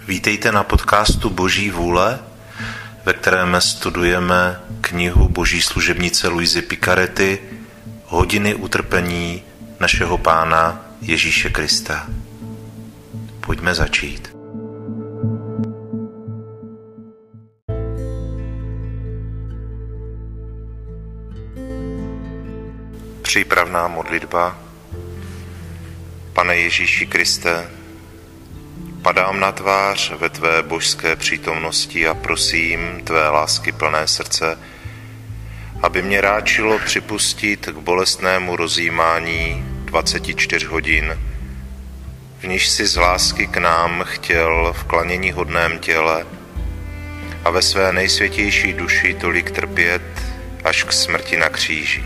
Vítejte na podcastu Boží vůle, ve kterém studujeme knihu Boží služebnice Luisy Picarety Hodiny utrpení našeho Pána Ježíše Krista. Pojďme začít. Přípravná modlitba. Pane Ježíši Kriste, padám na tvář ve tvé božské přítomnosti a prosím tvé láskyplné srdce, aby mě ráčilo připustit k bolestnému rozjímání 24 hodin, v níž si z lásky k nám chtěl v klaněníhodném těle a ve své nejsvětější duši tolik trpět až k smrti na kříži.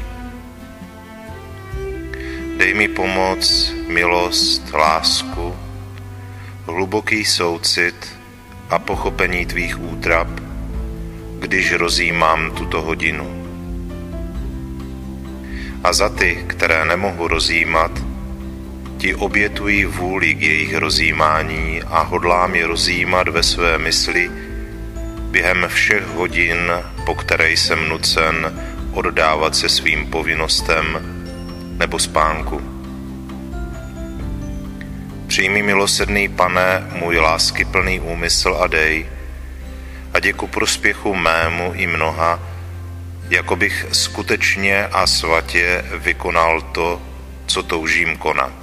Dej mi pomoc, milost, lásku, hluboký soucit a pochopení tvých útrap, když rozjímám tuto hodinu. A za ty, které nemohu rozjímat, ti obětuji vůli k jejich rozjímání a hodlám je rozjímat ve své mysli během všech hodin, po které jsem nucen oddávat se svým povinnostem nebo spánku. Přijmi, milosrdný Pane, můj láskyplný úmysl a dej, ať je ku prospěchu mému i mnoha, jako bych skutečně a svatě vykonal to, co toužím konat.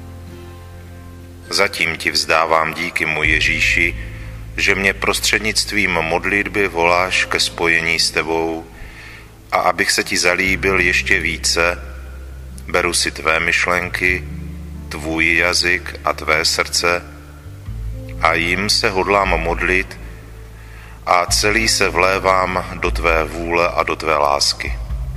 Zatím ti vzdávám díky, můj Ježíši, že mě prostřednictvím modlitby voláš ke spojení s tebou a abych se ti zalíbil ještě více, beru si tvé myšlenky, tvůj jazyk a tvé srdce a jim se hodlám modlit a celý se vlévám do tvé vůle a do tvé lásky.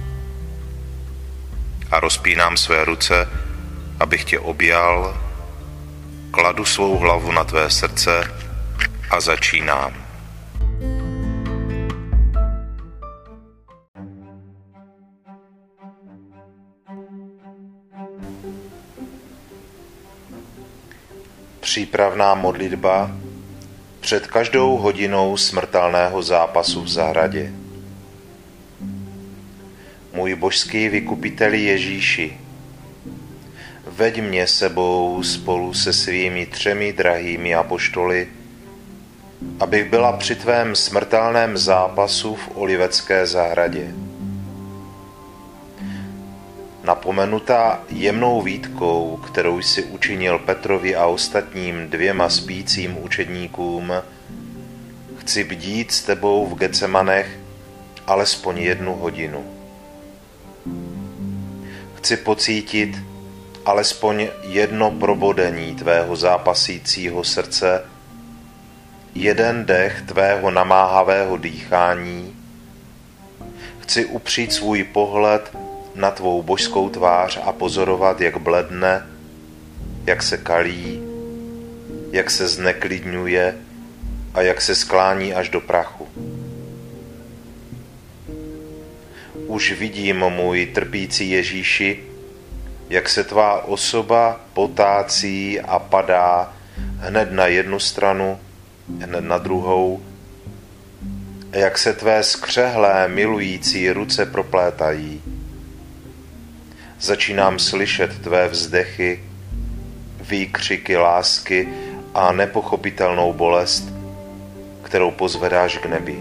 A rozpínám své ruce, abych tě objal, kladu svou hlavu na tvé srdce a začínám. Přípravná modlitba před každou hodinou smrtelného zápasu v zahradě. Můj božský vykupiteli Ježíši, veď mě sebou spolu se svými 3 drahými apoštoly, abych byla při tvém smrtelném zápasu v Olivecké zahradě. Napomenutá jemnou výtkou, kterou jsi učinil Petrovi a ostatním 2 spícím učedníkům, chci bdít s tebou v Getsemanech alespoň 1 hodinu. Chci pocítit alespoň 1 probodení tvého zápasícího srdce, 1 dech tvého namáhavého dýchání. Chci upřít svůj pohled na tvou božskou tvář a pozorovat, jak bledne, jak se kalí, jak se zneklidňuje a jak se sklání až do prachu. Už vidím, můj trpící Ježíši, jak se tvá osoba potácí a padá hned na jednu stranu, hned na druhou, a jak se tvé skřehlé milující ruce proplétají. Začínám slyšet tvé vzdechy, výkřiky lásky a nepochopitelnou bolest, kterou pozvedáš k nebi.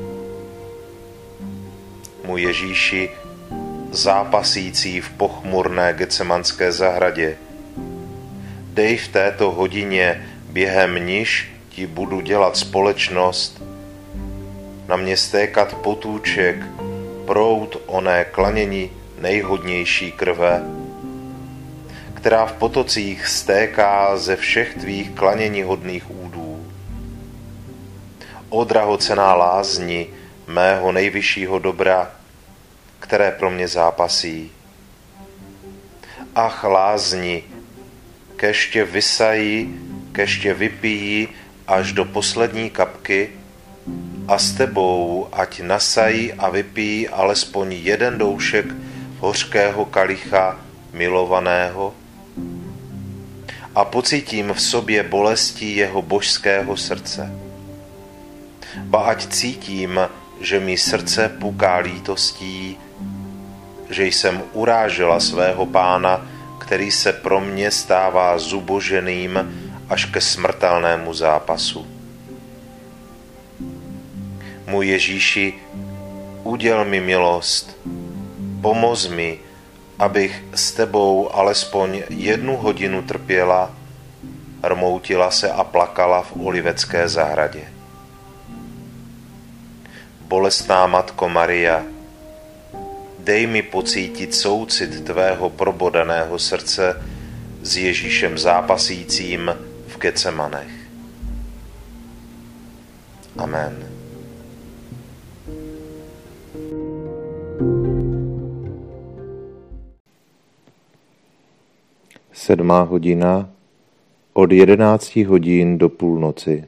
Můj Ježíši, zápasící v pochmurné Getsemanské zahradě, dej v této hodině, během níž ti budu dělat společnost, na mě stékat potůček, proud oné klanění nejhodnější krve, která v potocích stéká ze všech tvých klaněníhodných údů. O drahocenná lázni mého nejvyššího dobra, které pro mě zápasí. Ach, lázni, keště vysají, keště vypijí až do poslední kapky a s tebou ať nasají a vypijí alespoň 1 doušek hořkého kalicha milovaného a pocítím v sobě bolesti jeho božského srdce. Ba ať cítím, že mi srdce puká lítostí, že jsem urážela svého Pána, který se pro mě stává zuboženým až ke smrtelnému zápasu. Můj Ježíši, uděl mi milost, pomoz mi, abych s tebou alespoň 1 hodinu trpěla, rmoutila se a plakala v Olivecké zahradě. Bolestná Matko Maria, dej mi pocítit soucit tvého probodaného srdce s Ježíšem zápasícím v Getsemanech. Amen. Sedmá hodina, od 11 hodin do půlnoci.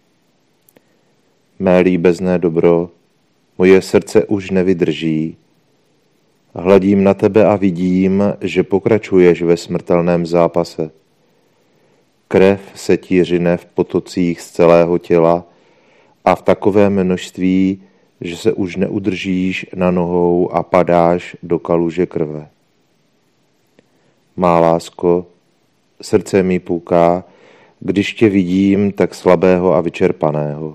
Mé líbezné dobro, moje srdce už nevydrží. Hledím na tebe a vidím, že pokračuješ ve smrtelném zápase. Krev se ti řine v potocích z celého těla a v takovém množství, že se už neudržíš na nohou a padáš do kaluže krve. Má lásko, srdce mi puká, když tě vidím tak slabého a vyčerpaného.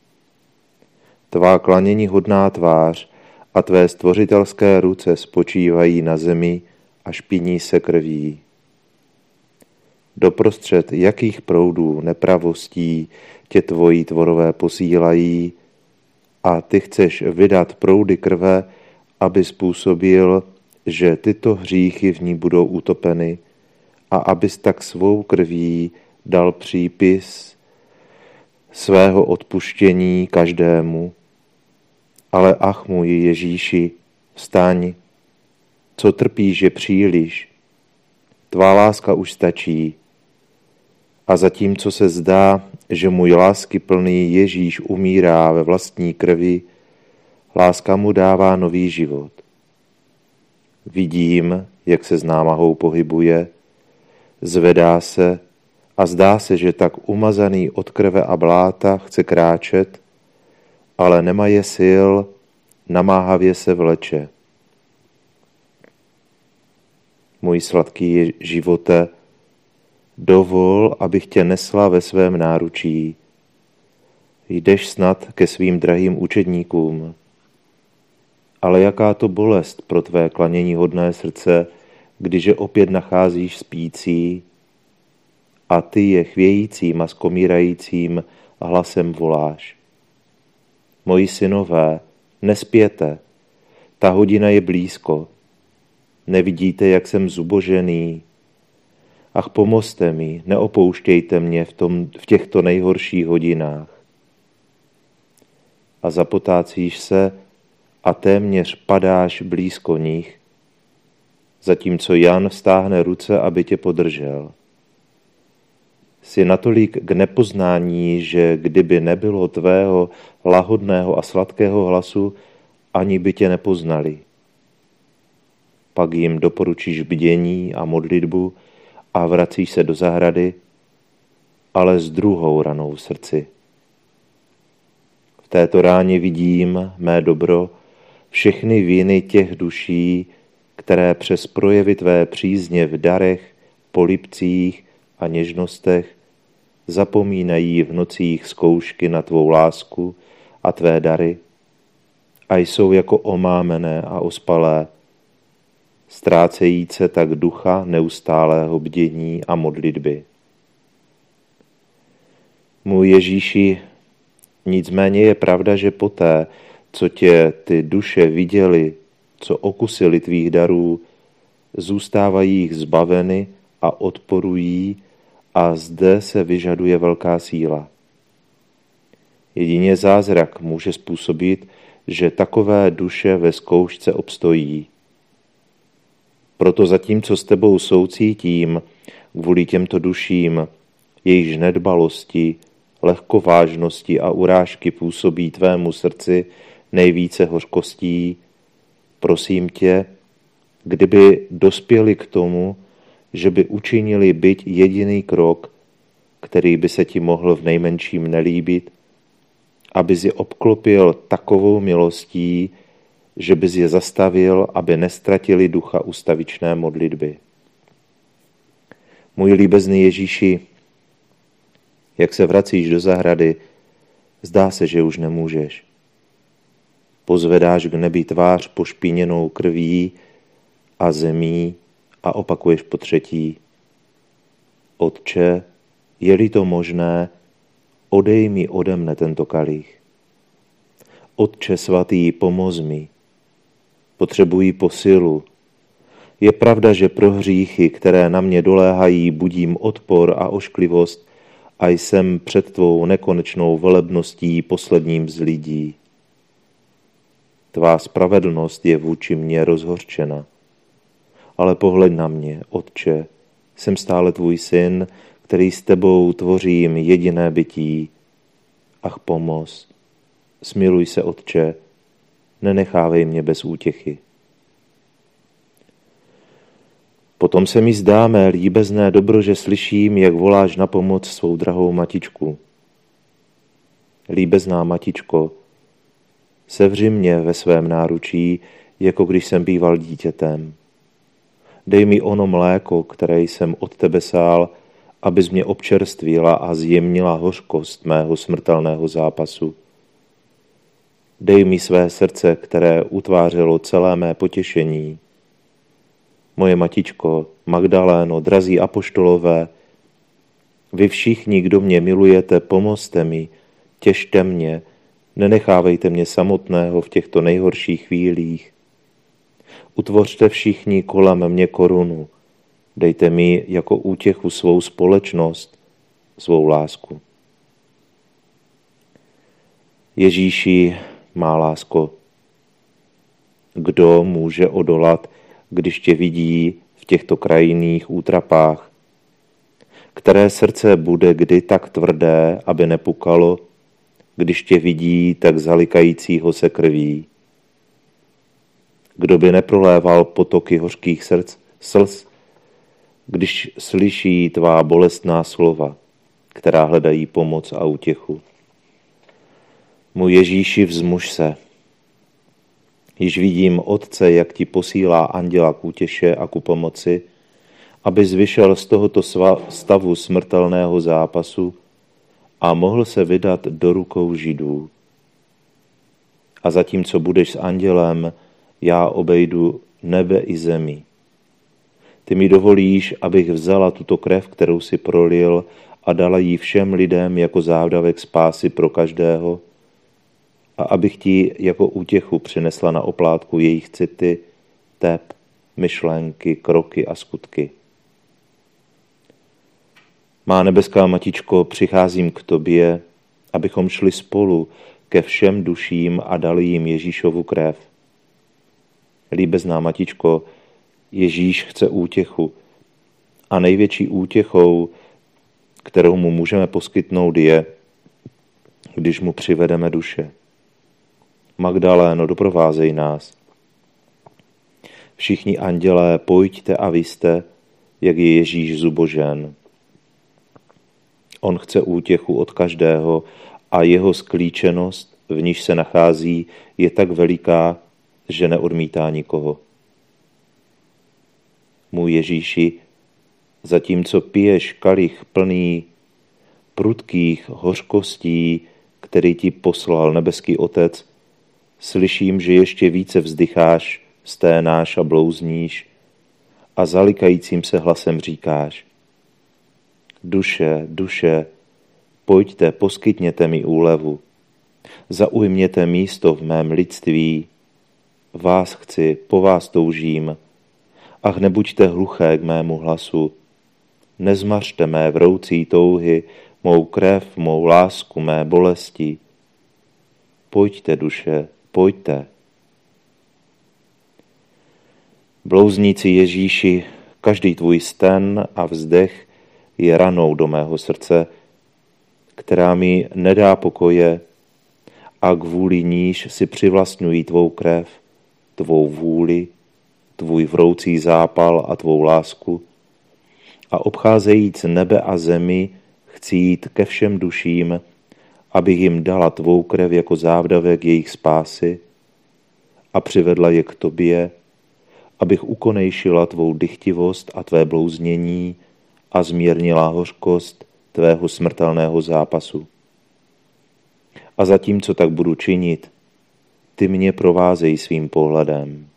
Tvá klanění hodná tvář a tvé stvořitelské ruce spočívají na zemi a špiní se krví. Doprostřed jakých proudů nepravostí tě tvoji tvorové posílají a ty chceš vydat proudy krve, aby způsobil, že tyto hříchy v ní budou utopeny a abys tak svou krví dal přípis svého odpuštění každému. Ale ach můj Ježíši, vstaň, co trpíš je příliš, tvá láska už stačí. A zatímco se zdá, že můj láskyplný Ježíš umírá ve vlastní krvi, láska mu dává nový život. Vidím, jak se s námahou pohybuje, zvedá se a zdá se, že tak umazaný od krve a bláta chce kráčet, ale nemaje sil, namáhavě se vleče. Můj sladký živote, dovol, abych tě nesla ve svém náručí. Jdeš snad ke svým drahým učedníkům. Ale jaká to bolest pro tvé klanění hodné srdce, když je opět nacházíš spící a ty je chvějícím a skomírajícím hlasem voláš. Moji synové, nespěte, ta hodina je blízko. Nevidíte, jak jsem zubožený. Ach, pomozte mi, neopouštějte mě v těchto nejhorších hodinách. A zapotácíš se a téměř padáš blízko nich, zatímco Jan stáhne ruce, aby tě podržel. Jsi natolik k nepoznání, že kdyby nebylo tvého lahodného a sladkého hlasu, ani by tě nepoznali. Pak jim doporučíš bdění a modlitbu a vracíš se do zahrady, ale s druhou ranou v srdci. V této ráně vidím, mé dobro, všechny viny těch duší, které přes projevy tvé přízně v darech, polibcích a něžnostech zapomínají v nocích zkoušky na tvou lásku a tvé dary a jsou jako omámené a ospalé, ztrácejíce tak ducha neustálého bdění a modlitby. Můj Ježíši, nicméně je pravda, že poté, co tě ty duše viděli, co okusili tvých darů, zůstávají jich zbaveny a odporují a zde se vyžaduje velká síla. Jedině zázrak může způsobit, že takové duše ve zkoušce obstojí. Proto zatímco s tebou soucítím kvůli těmto duším, jejichž nedbalosti, lehkovážnosti a urážky působí tvému srdci nejvíce hořkostí, prosím tě, kdyby dospěli k tomu, že by učinili byť jediný krok, který by se ti mohl v nejmenším nelíbit, abys je obklopil takovou milostí, že bys je zastavil, aby nestratili ducha ustavičné modlitby. Můj líbezný Ježíši, jak se vracíš do zahrady, zdá se, že už nemůžeš. Pozvedáš k nebi tvář pošpíněnou krví a zemí a opakuješ po třetí. Otče, je-li to možné, odej mi ode mne tento kalich. Otče svatý, pomoz mi. Potřebuji posilu. Je pravda, že pro hříchy, které na mě doléhají, budím odpor a ošklivost a jsem před tvou nekonečnou velebností posledním z lidí. Tvá spravedlnost je vůči mně rozhořčena. Ale pohleď na mě, Otče, jsem stále tvůj syn, který s tebou tvořím jediné bytí. Ach, pomoz. Smiluj se, Otče, nenechávej mě bez útěchy. Potom se mi zdá, mé líbezné dobro, že slyším, jak voláš na pomoc svou drahou matičku. Líbezná matičko, sevři mě ve svém náručí, jako když jsem býval dítětem. Dej mi ono mléko, které jsem od tebe sál, abys mě občerstvila a zjemnila hořkost mého smrtelného zápasu. Dej mi své srdce, které utvářelo celé mé potěšení. Moje matičko, Magdaléno, drazí apoštolové, vy všichni, kdo mě milujete, pomozte mi, těšte mě, nenechávejte mě samotného v těchto nejhorších chvílích. Utvořte všichni kolem mě korunu, dejte mi jako útěchu svou společnost, svou lásku. Ježíši, má lásko, kdo může odolat, když tě vidí v těchto krajinných útrapách? Které srdce bude kdy tak tvrdé, aby nepukalo, když tě vidí tak zalikajícího se krví? Kdo by neproléval potoky hořkých slz, když slyší tvá bolestná slova, která hledají pomoc a útěchu? Můj Ježíši, vzmuž se. Již vidím Otce, jak ti posílá anděla k útěše a ku pomoci, abys vyšel z tohoto stavu smrtelného zápasu a mohl se vydat do rukou Židů. A zatímco budeš s andělem, já obejdu nebe i zemi. Ty mi dovolíš, abych vzala tuto krev, kterou si prolil, a dala ji všem lidem jako závdavek spásy pro každého, a abych ti jako útěchu přinesla na oplátku jejich city, tep, myšlenky, kroky a skutky. Má nebeská matičko, přicházím k tobě, abychom šli spolu ke všem duším a dali jim Ježíšovu krev. Líbezná matičko, Ježíš chce útěchu a největší útěchou, kterou mu můžeme poskytnout, je, když mu přivedeme duše. Magdaléno, doprovázej nás. Všichni andělé, pojďte a vyjste, jak je Ježíš zubožen. On chce útěchu od každého a jeho sklíčenost, v níž se nachází, je tak veliká, že neodmítá nikoho. Můj Ježíši, zatímco piješ kalich plný prudkých hořkostí, který ti poslal nebeský Otec, slyším, že ještě více vzdycháš, sténáš a blouzníš a zalikajícím se hlasem říkáš: Duše, duše, pojďte, poskytněte mi úlevu, zaujměte místo v mém lidství, vás chci, po vás toužím, ach nebuďte hluché k mému hlasu, nezmařte mé vroucí touhy, mou krev, mou lásku, mé bolesti. Pojďte, duše, pojďte. Blouzníci Ježíši, každý tvůj sten a vzdech je ranou do mého srdce, která mi nedá pokoje a kvůli níž si přivlastňují tvou krev, tvou vůli, tvůj vroucí zápal a tvou lásku a obcházejíc nebe a zemi, chci jít ke všem duším, abych jim dala tvou krev jako závdavek jejich spásy a přivedla je k tobě, abych ukonejšila tvou dychtivost a tvé blouznění a zmírnila hořkost tvého smrtelného zápasu. A zatímco tak budu činit, ty mě provázej svým pohledem.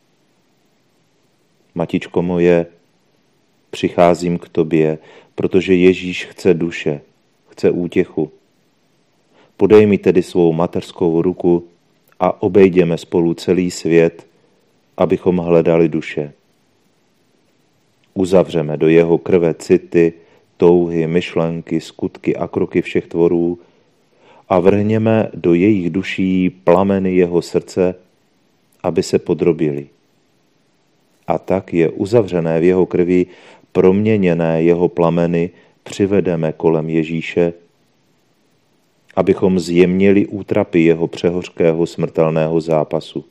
Matičko moje, přicházím k tobě, protože Ježíš chce duše, chce útěchu. Podej mi tedy svou mateřskou ruku a obejdeme spolu celý svět, abychom hledali duše. Uzavřeme do jeho krve city, touhy, myšlenky, skutky a kroky všech tvorů a vrhněme do jejich duší plameny jeho srdce, aby se podrobili. A tak je uzavřené v jeho krvi, proměněné jeho plameny přivedeme kolem Ježíše, abychom zjemnili útrapy jeho přehořkého smrtelného zápasu.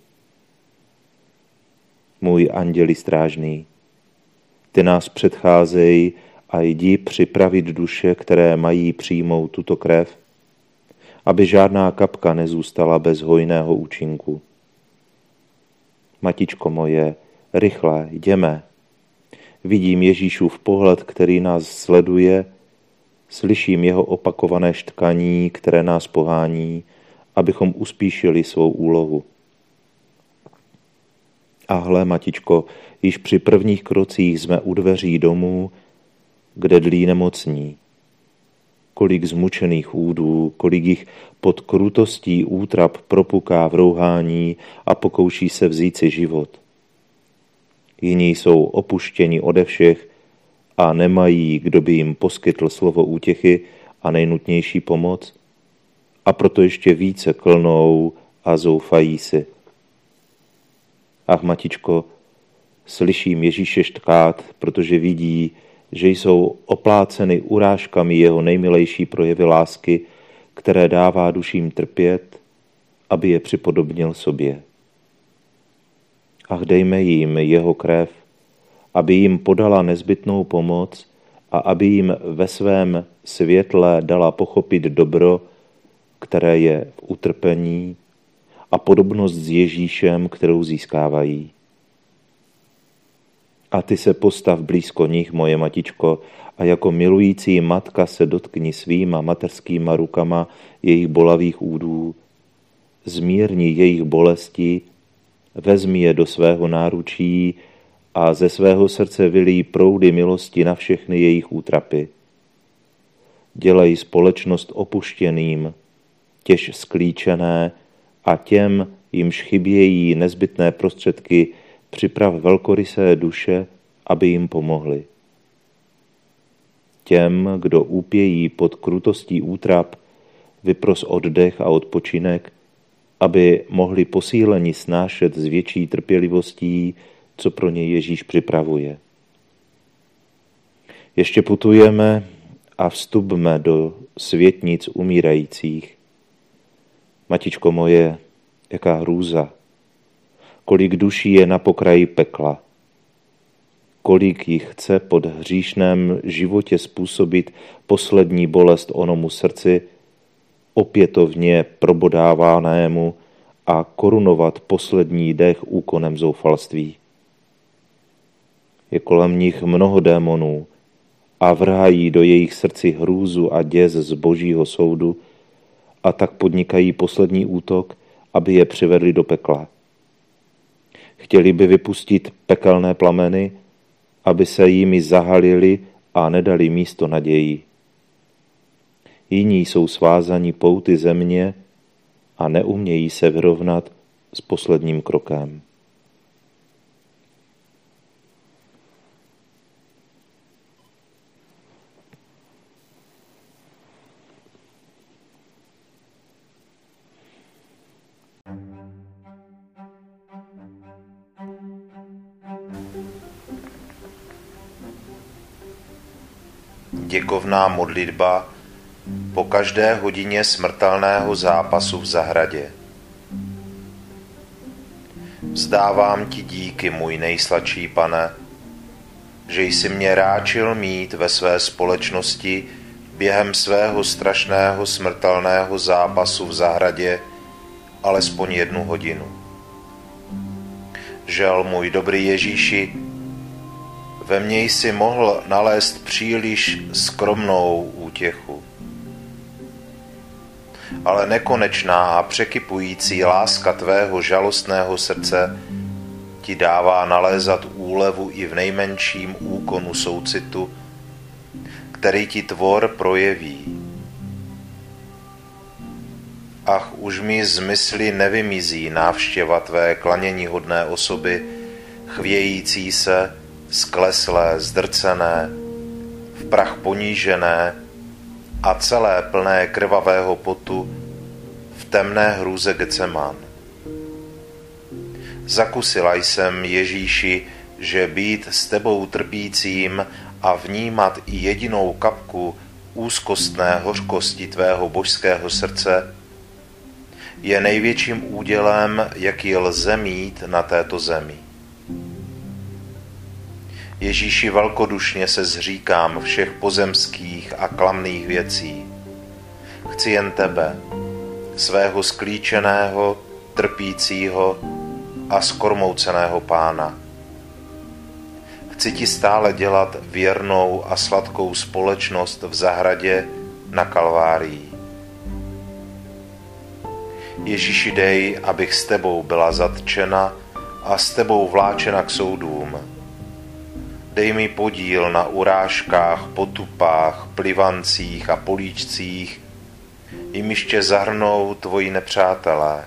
Můj anděli strážný, ty nás předcházej a jdi připravit duše, které mají přijmout tuto krev, aby žádná kapka nezůstala bez hojného účinku. Matičko moje, rychle, jdeme. Vidím Ježíšův pohled, který nás sleduje, slyším jeho opakované šťkaní, které nás pohání, abychom uspíšili svou úlohu. A hle, matičko, již při prvních krocích jsme u dveří domů, kde dlí nemocní. Kolik zmučených údů, kolik jich pod krutostí útrap propuká v rouhání a pokouší se vzít si život. Jiní jsou opuštěni ode všech a nemají, kdo by jim poskytl slovo útěchy a nejnutnější pomoc, a proto ještě více klnou a zoufají si. Ach, matičko, slyším Ježíše štkát, protože vidí, že jsou opláceny urážkami jeho nejmilejší projevy lásky, které dává duším trpět, aby je připodobnil sobě. Ach, dejme jim jeho krev, aby jim podala nezbytnou pomoc a aby jim ve svém světle dala pochopit dobro, které je v utrpení, a podobnost s Ježíšem, kterou získávají. A ty se postav blízko nich, moje matičko, a jako milující matka se dotkni svýma mateřskýma rukama jejich bolavých údů, zmírni jejich bolesti, vezmi je do svého náručí a ze svého srdce vylij proudy milosti na všechny jejich útrapy. Dělej společnost opuštěným, těž sklíčené, a těm, jimž chybějí nezbytné prostředky, připrav velkorysé duše, aby jim pomohli. Těm, kdo úpějí pod krutostí útrap, vypros oddech a odpočinek, aby mohli posíleni snášet s větší trpělivostí, co pro ně Ježíš připravuje. Ještě putujeme a vstupme do světnic umírajících. Matičko moje, jaká hrůza, kolik duší je na pokraji pekla, kolik jich chce pod hříšném životě způsobit poslední bolest onomu srdci, opětovně probodávanému a korunovat poslední dech úkonem zoufalství. Je kolem nich mnoho démonů a vrhají do jejich srdci hrůzu a děs z božího soudu, a tak podnikají poslední útok, aby je přivedli do pekla. Chtěli by vypustit pekelné plameny, aby se jimi zahalili a nedali místo naději. Jiní jsou svázaní pouty země a neumějí se vyrovnat s posledním krokem. Děkovná modlitba po každé hodině smrtelného zápasu v zahradě. Vzdávám ti díky, můj nejsladší Pane, že jsi mě ráčil mít ve své společnosti během svého strašného smrtelného zápasu v zahradě alespoň 1 hodinu. Žel, můj dobrý Ježíši, ve mně jsi mohl nalézt příliš skromnou útěchu. Ale nekonečná a překypující láska tvého žalostného srdce ti dává nalézat úlevu i v nejmenším úkonu soucitu, který ti tvor projeví. Ach, už mi z mysli nevymizí návštěva tvé klaněníhodné osoby, chvějící se, skleslé, zdrcené, v prach ponížené a celé plné krvavého potu v temné hrůze Getseman. Zakusila jsem, Ježíši, že být s tebou trpícím a vnímat i jedinou kapku úzkostné hořkosti tvého božského srdce je největším údělem, jaký lze mít na této zemi. Ježíši, velkodušně se zříkám všech pozemských a klamných věcí. Chci jen tebe, svého sklíčeného, trpícího a skormouceného Pána. Chci ti stále dělat věrnou a sladkou společnost v zahradě na Kalvárii. Ježíši, dej, abych s tebou byla zatčena a s tebou vláčena k soudům. Dej mi podíl na urážkách, potupách, plivancích a políčcích, jimiž tě zahrnou tvoji nepřátelé.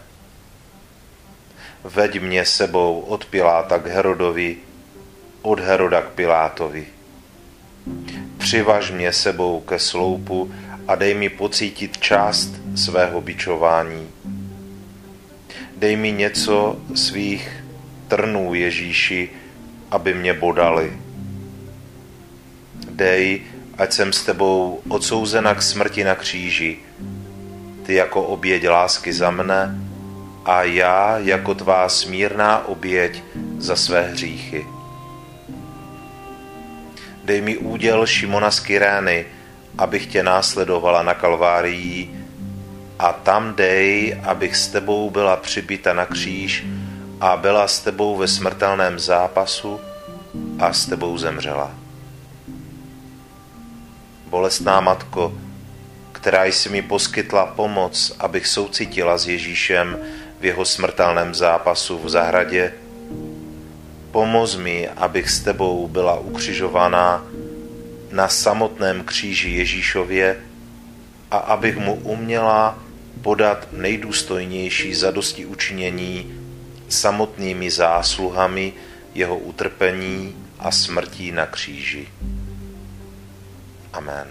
Veď mě sebou od Piláta k Herodovi, od Heroda k Pilátovi. Přivaž mě sebou ke sloupu a dej mi pocítit část svého bičování. Dej mi něco svých trnů, Ježíši, aby mě bodali. Dej, ať jsem s tebou odsouzena k smrti na kříži, ty jako oběť lásky za mne a já jako tvá smírná oběť za své hříchy. Dej mi úděl Šimona z Kyrény, abych tě následovala na Kalvárii, a tam dej, abych s tebou byla přibita na kříž a byla s tebou ve smrtelném zápasu a s tebou zemřela. Bolestná matko, která jsi mi poskytla pomoc, abych soucítila s Ježíšem v jeho smrtelném zápasu v zahradě, pomoz mi, abych s tebou byla ukřižovaná na samotném kříži Ježíšově a abych mu uměla podat nejdůstojnější zadostiučinění samotnými zásluhami jeho utrpení a smrtí na kříži. Amen.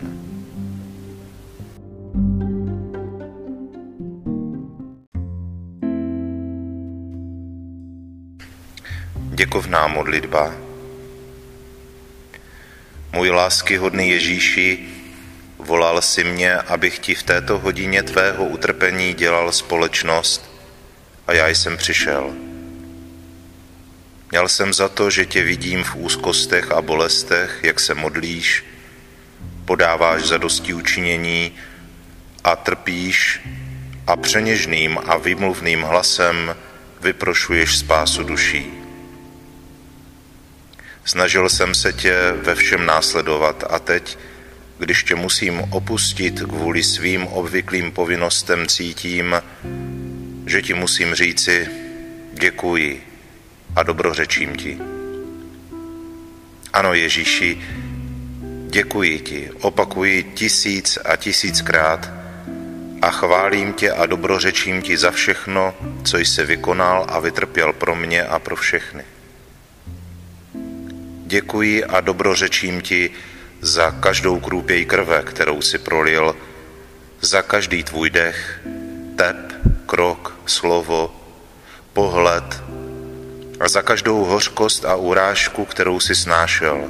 Děkovná modlitba. Můj láskyhodný Ježíši, volal si mě, abych ti v této hodině tvého utrpení dělal společnost, a já jsem přišel. Měl jsem za to, že tě vidím v úzkostech a bolestech, jak se modlíš, podáváš zadostiučinění a trpíš a přeněžným a výmluvným hlasem vyprošuješ spásu duší. Snažil jsem se tě ve všem následovat a teď, když tě musím opustit kvůli svým obvyklým povinnostem, cítím, že ti musím říci děkuji a dobrořečím ti. Ano, Ježíši, děkuji ti, opakuji 1000 a 1000krát a chválím tě a dobrořečím ti za všechno, co jsi vykonal a vytrpěl pro mě a pro všechny. Děkuji a dobrořečím ti za každou krůpěj krve, kterou si prolil, za každý tvůj dech, tep, krok, slovo, pohled a za každou hořkost a urážku, kterou si snášel.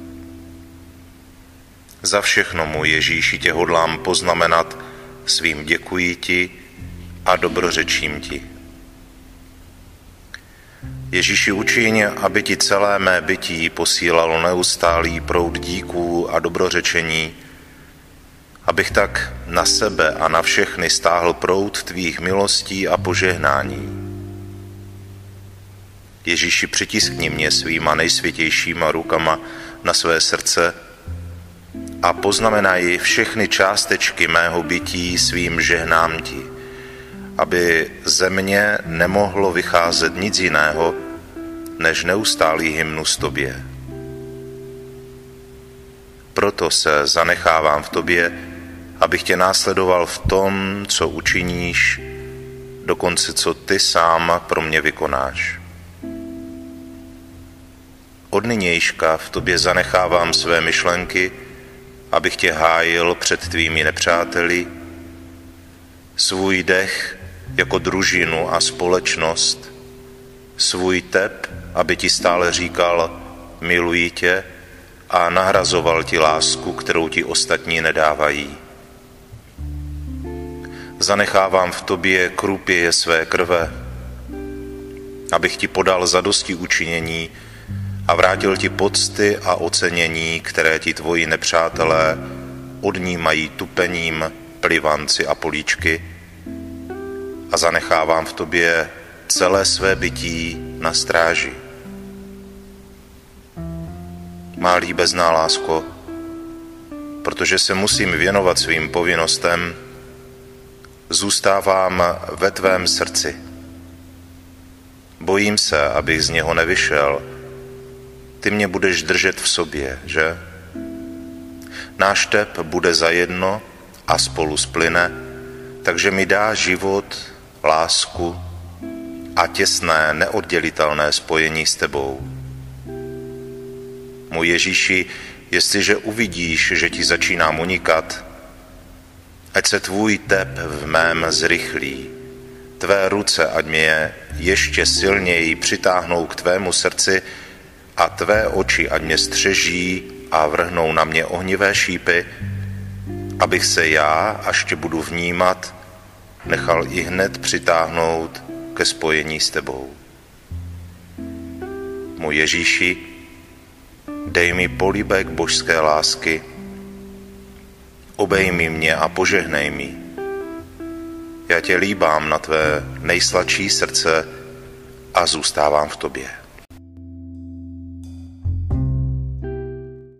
Za všechno, můj Ježíši, tě hodlám poznamenat svým děkuji ti a dobrořečím ti. Ježíši, učiň, aby ti celé mé bytí posílalo neustálý proud díků a dobrořečení, abych tak na sebe a na všechny stáhl proud tvých milostí a požehnání. Ježíši, přitiskni mě svýma nejsvětějšíma rukama na své srdce a poznamenaj všechny částečky mého bytí svým žehnám ti, aby ze mě nemohlo vycházet nic jiného, než neustálý hymnus tobě. Proto se zanechávám v tobě, abych tě následoval v tom, co učiníš, dokonce co ty sám pro mě vykonáš. Od nynějška v tobě zanechávám své myšlenky, abych tě hájil před tvými nepřáteli, svůj dech jako družinu a společnost, svůj tep, aby ti stále říkal miluji tě a nahrazoval ti lásku, kterou ti ostatní nedávají. Zanechávám v tobě krupěje své krve, abych ti podal zadosti učinění a vrátil ti pocty a ocenění, které ti tvoji nepřátelé odnímají tupením, plivanci a políčky, a zanechávám v tobě celé své bytí na stráži. Má líbezná lásko, protože se musím věnovat svým povinnostem, zůstávám ve tvém srdci. Bojím se, abych z něho nevyšel. Ty mě budeš držet v sobě, že? Náš tep bude zajedno a spolu splyne, takže mi dá život, lásku a těsné, neoddělitelné spojení s tebou. Můj Ježíši, jestliže uvidíš, že ti začínám unikat, ať se tvůj tep v mém zrychlí, tvé ruce ať mě ještě silněji přitáhnou k tvému srdci a tvé oči ať mě střeží a vrhnou na mě ohnivé šípy, abych se já, až tě budu vnímat, nechal i hned přitáhnout ke spojení s tebou. Můj Ježíši, dej mi polibek božské lásky, obejmi mě a požehnej mi. Já tě líbám na tvé nejsladší srdce a zůstávám v tobě.